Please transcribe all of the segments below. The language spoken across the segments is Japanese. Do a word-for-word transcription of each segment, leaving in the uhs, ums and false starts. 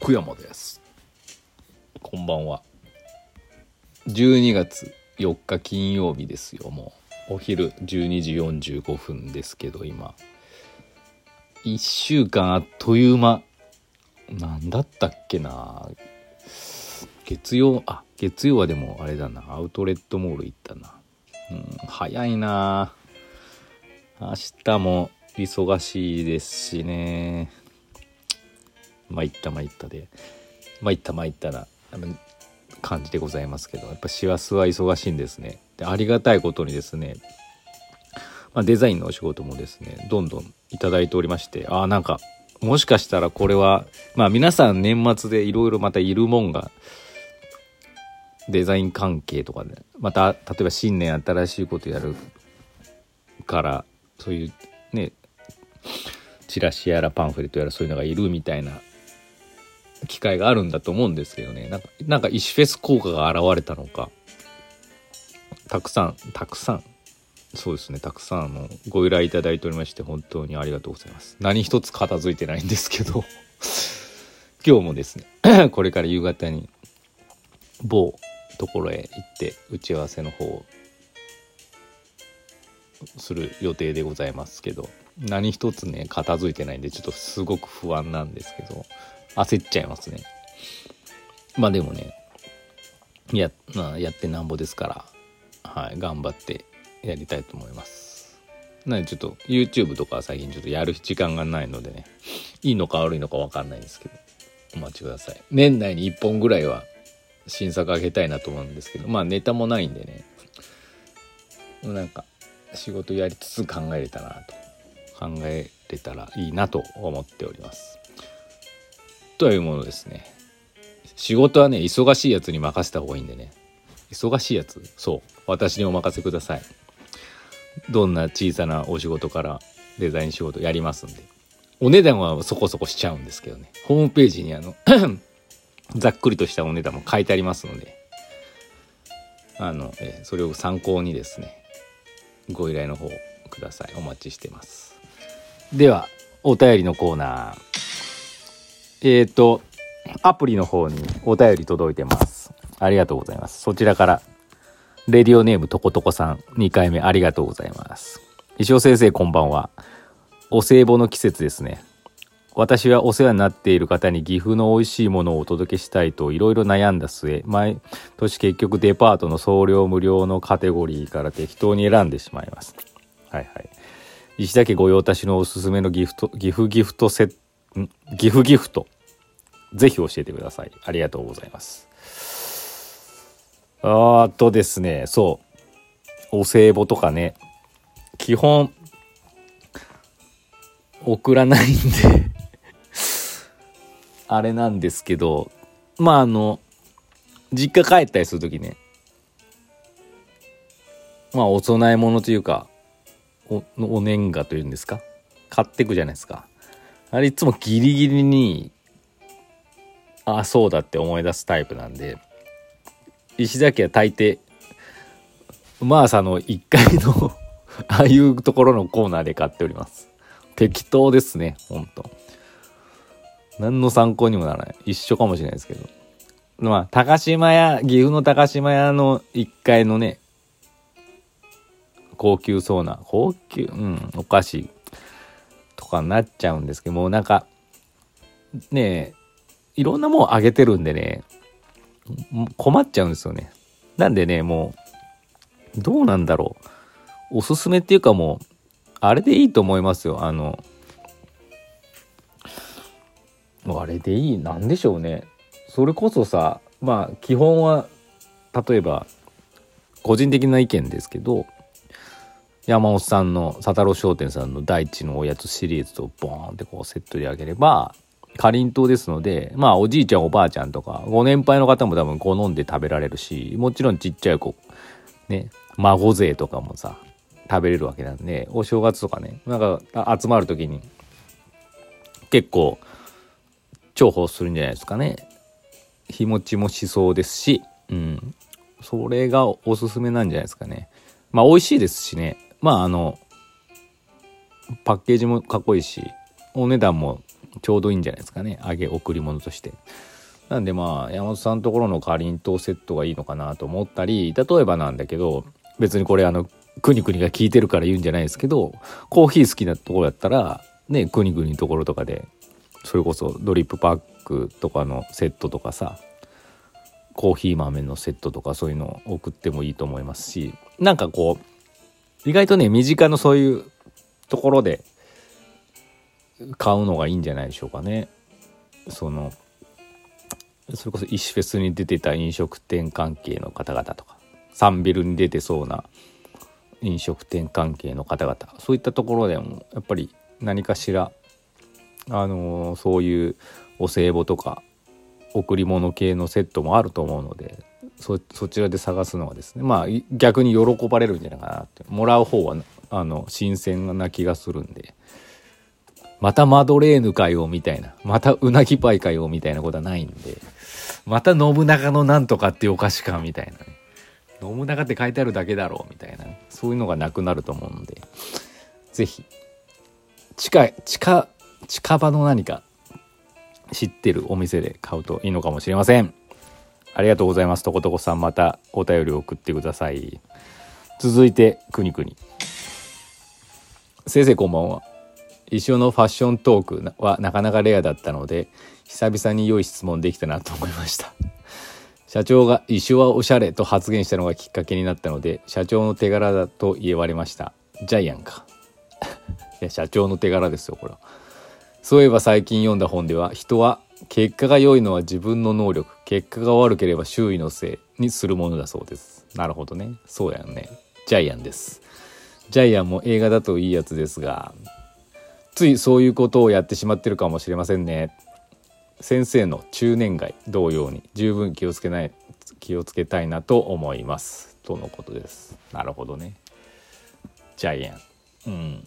福山です。こんばんは。じゅうにがつよっか金曜日ですよ。もうお昼じゅうにじよんじゅうごふんですけど、今いっしゅうかんあっという間。なんだったっけな。月曜あ月曜はでもあれだな、アウトレットモール行ったな。うん、早いな。明日も忙しいですしね。参った参ったで参った参ったな感じでございますけど、やっぱ師走は忙しいんですね。でありがたいことにですね、まあ、デザインのお仕事もですねどんどんいただいておりまして、あなんかもしかしたらこれはまあ皆さん年末でいろいろまたいるもんがデザイン関係とかで、また例えば新年新しいことやるからそういうねチラシやらパンフレットやらそういうのがいるみたいな機会があるんだと思うんですけどね、なんかなんか石フェス効果が現れたのか、たくさんたくさんそうですねたくさんあのご依頼いただいておりまして、本当にありがとうございます。何一つ片付いてないんですけど今日もですねこれから夕方に某ところへ行って打ち合わせの方をする予定でございますけど、何一つね片付いてないんでちょっとすごく不安なんですけど、焦っちゃいますね。まあでもねや、まあ、やってなんぼですから、はい、頑張ってやりたいと思います。なのでちょっと YouTube とかは最近ちょっとやる時間がないのでね、いいのか悪いのか分かんないんですけどお待ちください。年内にいっぽんぐらいは新作あげたいなと思うんですけど、まあネタもないんでね、なんか仕事やりつつ考えれたなと考えれたらいいなと思っております。というものですね。仕事はね忙しいやつに任せた方がいいんでね。忙しいやつ、そう私にお任せください。どんな小さなお仕事からデザイン仕事やりますんで、お値段はそこそこしちゃうんですけどね、ホームページにあのざっくりとしたお値段も書いてありますので、あのえそれを参考にですねご依頼の方ください。お待ちしてます。ではお便りのコーナー、えーとアプリの方にお便り届いてます。ありがとうございます。そちらからレディオネームとことこさん、にかいめありがとうございます。石尾先生こんばんは。お歳暮の季節ですね。私はお世話になっている方に岐阜の美味しいものをお届けしたいといろいろ悩んだ末、毎年結局デパートの送料無料のカテゴリーから適当に選んでしまいます。はいはい。石田家御用達のおすすめのギフト、岐阜ギフトセット、ん岐阜ギフト、ぜひ教えてください。ありがとうございます。あーとですね、そうお歳暮とかね、基本送らないんであれなんですけど、まああの実家帰ったりするときね、まあお供え物というか お, お年賀というんですか、買ってくじゃないですか。あれいつもギリギリにあそうだって思い出すタイプなんで、石崎は大抵マーサのいっかいのああいうところのコーナーで買っております。適当ですね、ほんと何の参考にもならない。一緒かもしれないですけど、まあ高島屋、岐阜の高島屋のいっかいのね高級そうな高級うんお菓子とかになっちゃうんですけども、なんかねえいろんなもんあげてるんでね困っちゃうんですよね。なんでねもうどうなんだろう、おすすめっていうかもうあれでいいと思いますよ。あのもうあれでいい、なんでしょうね。それこそさ、まあ基本は例えば個人的な意見ですけど、山本さんの佐太郎商店さんの大地のおやつシリーズとボーンってこうセットであげればかりんとうですので、まあおじいちゃんおばあちゃんとかご年配の方も多分好んで食べられるし、もちろんちっちゃい子ね孫勢とかもさ食べれるわけなんで、お正月とかねなんか集まる時に結構重宝するんじゃないですかね。日持ちもしそうですし、うんそれがおすすめなんじゃないですかね。まあ美味しいですしね、まああのパッケージもかっこいいしお値段もちょうどいいんじゃないですかね、あげ贈り物として。なんでまあ山本さんのところのかりんとうセットがいいのかなと思ったり、例えばなんだけど、別にこれあのくにくにが聞いてるから言うんじゃないですけど、コーヒー好きなところだったらね、くにくにのところとかでそれこそドリップパックとかのセットとかさ、コーヒー豆のセットとかそういうのを送ってもいいと思いますし、なんかこう意外とね身近のそういうところで買うのがいいんじゃないでしょうかね。そのそれこそ石フェスに出てた飲食店関係の方々とか、サンビルに出てそうな飲食店関係の方々、そういったところでもやっぱり何かしらあのー、そういうお歳暮とか贈り物系のセットもあると思うので、 そ, そちらで探すのはですね、まあ逆に喜ばれるんじゃないかなって、もらう方はあの新鮮な気がするんで、またマドレーヌかよみたいな、またうなぎパイかよみたいなことはないんで、また信長のなんとかっていうお菓子かみたいなね、信長って書いてあるだけだろうみたいな、そういうのがなくなると思うので、ぜひ近い近近場の何か知ってるお店で買うといいのかもしれません。ありがとうございます。とことこさん、またお便りを送ってください。続いてくにくに、先生こんばんは。一緒のファッショントークはなかなかレアだったので、久々に良い質問できたなと思いました。社長が一緒はおしゃれと発言したのがきっかけになったので、社長の手柄だと言われました。ジャイアンかいや社長の手柄ですよこれは。そういえば最近読んだ本では、人は結果が良いのは自分の能力、結果が悪ければ周囲のせいにするものだそうです。なるほどね、そうやね。ジャイアンです。ジャイアンも映画だといいやつですが、ついそういうことをやってしまってるかもしれませんね。先生の中年街同様に十分気をつけない気をつけたいなと思いますとのことです。なるほどね、ジャイアン、うん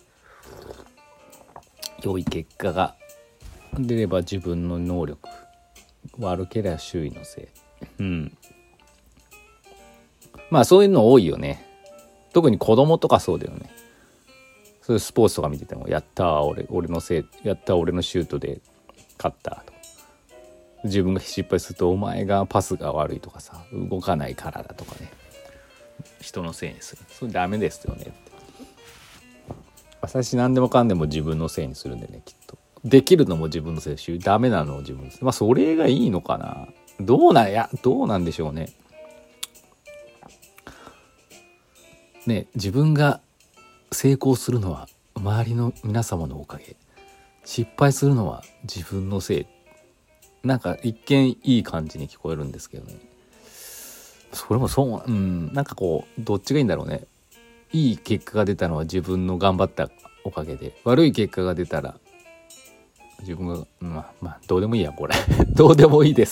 良い結果が出れば自分の能力、悪ければ周囲のせい、うん、まあそういうの多いよね。特に子供とかそうだよね。そういうスポーツとか見てても、やったー俺俺のせい、やったー俺のシュートで勝ったと、自分が失敗するとお前がパスが悪いとかさ、動かないからだとかね、人のせいにする、それダメですよねって。私何でもかんでも自分のせいにするんでね、きっとできるのも自分のせいだし、ダメなのも自分のせい。まあそれがいいのかな、どうなんやどうなんでしょうね。ね、自分が成功するのは周りの皆様のおかげ、失敗するのは自分のせい、なんか一見いい感じに聞こえるんですけどね。それもそう、うん、なんかこうどっちがいいんだろうね。いい結果が出たのは自分の頑張ったおかげで、悪い結果が出たら自分が、まあまあどうでもいいやこれどうでもいいです。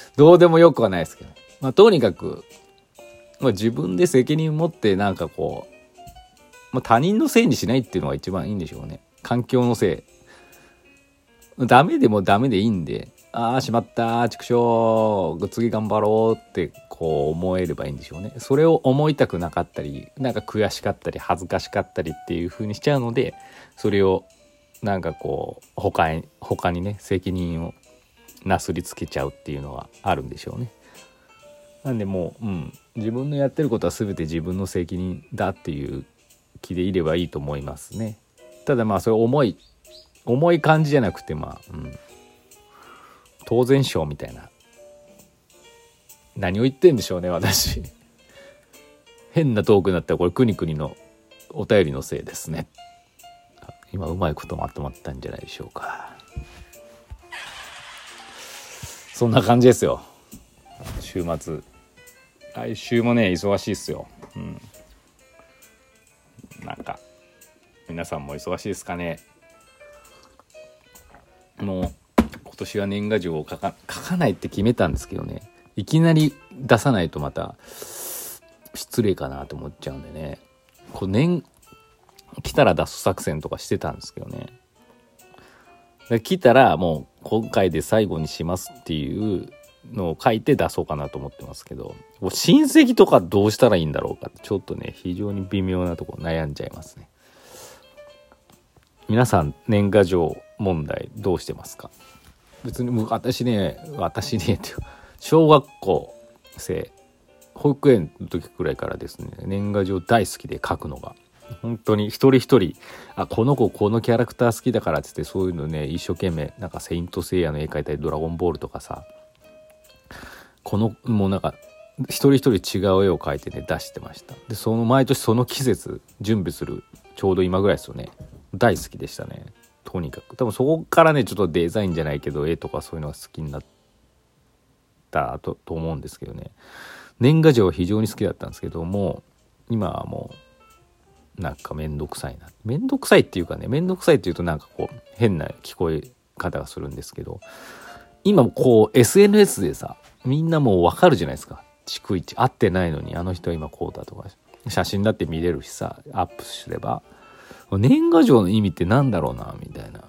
どうでもよくはないですけど、まあとにかく、まあ、自分で責任持ってなんかこう、まあ、他人のせいにしないっていうのが一番いいんでしょうね。環境のせい、ダメでもダメでいいんで、ああしまったちくしょう次頑張ろうってこう思えればいいんでしょうね。それを思いたくなかったり、なんか悔しかったり恥ずかしかったりっていう風にしちゃうので、それをなんかこう他に他にね責任をなすりつけちゃうっていうのはあるんでしょうね。なんでもう、うん、自分のやってることは全て自分の責任だっていう気でいればいいと思いますね。ただまあそれ重い重い感じじゃなくて、まあ、うん、当然賞みたいな、何を言ってんでしょうね私変なトークになったらこれくにくにのお便りのせいですね。今うまいことまとまったんじゃないでしょうか。そんな感じですよ。週末来週もね忙しいっすよ、うん、なんか皆さんも忙しいですかね。もう今年は年賀状を書か、書かないって決めたんですけどね、いきなり出さないとまた失礼かなと思っちゃうんでね、こう年来たら出す作戦とかしてたんですけどね、で来たらもう今回で最後にしますっていうのを書いて出そうかなと思ってますけど、親戚とかどうしたらいいんだろうか、ちょっとね非常に微妙なところ悩んじゃいますね。皆さん年賀状問題どうしてますか？別にもう私ね私ねって小学校生保育園の時くらいからですね、年賀状大好きで書くのが本当に一人一人、あこの子このキャラクター好きだからっつって、そういうのね一生懸命なんかセイントセイヤの絵描いたりドラゴンボールとかさ、このもうなんか一人一人違う絵を描いてね出してました。でその毎年その季節準備するちょうど今ぐらいですよね。大好きでしたね。とにかく多分そこからねちょっとデザインじゃないけど絵とかそういうのが好きになったと、と思うんですけどね。年賀状は非常に好きだったんですけども、今はもうなんかめんどくさいな、めんどくさいっていうかね、めんどくさいっていうとなんかこう変な聞こえ方がするんですけど、今こう エスエヌエス でさみんなもうわかるじゃないですか。逐一会ってないのにあの人は今こうだとか写真だって見れるしさ、アップすれば年賀状の意味ってなんだろうなみたいな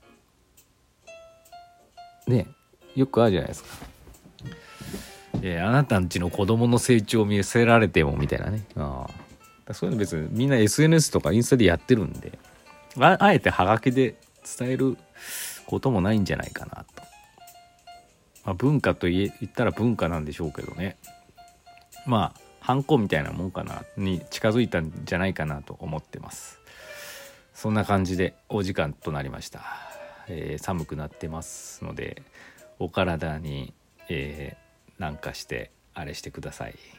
ね、よくあるじゃないですか。えー、あなたんちの子供の成長を見せられてもみたいなね。ああ、そういうの別にみんな エスエヌエス とかインスタでやってるんで、あ, あえてハガキで伝えることもないんじゃないかなと。まあ、文化と言え言ったら文化なんでしょうけどね。まあハンコみたいなもんかなに近づいたんじゃないかなと思ってます。そんな感じでお時間となりました。えー、寒くなってますのでお体に、えー、なんかしてあれしてください。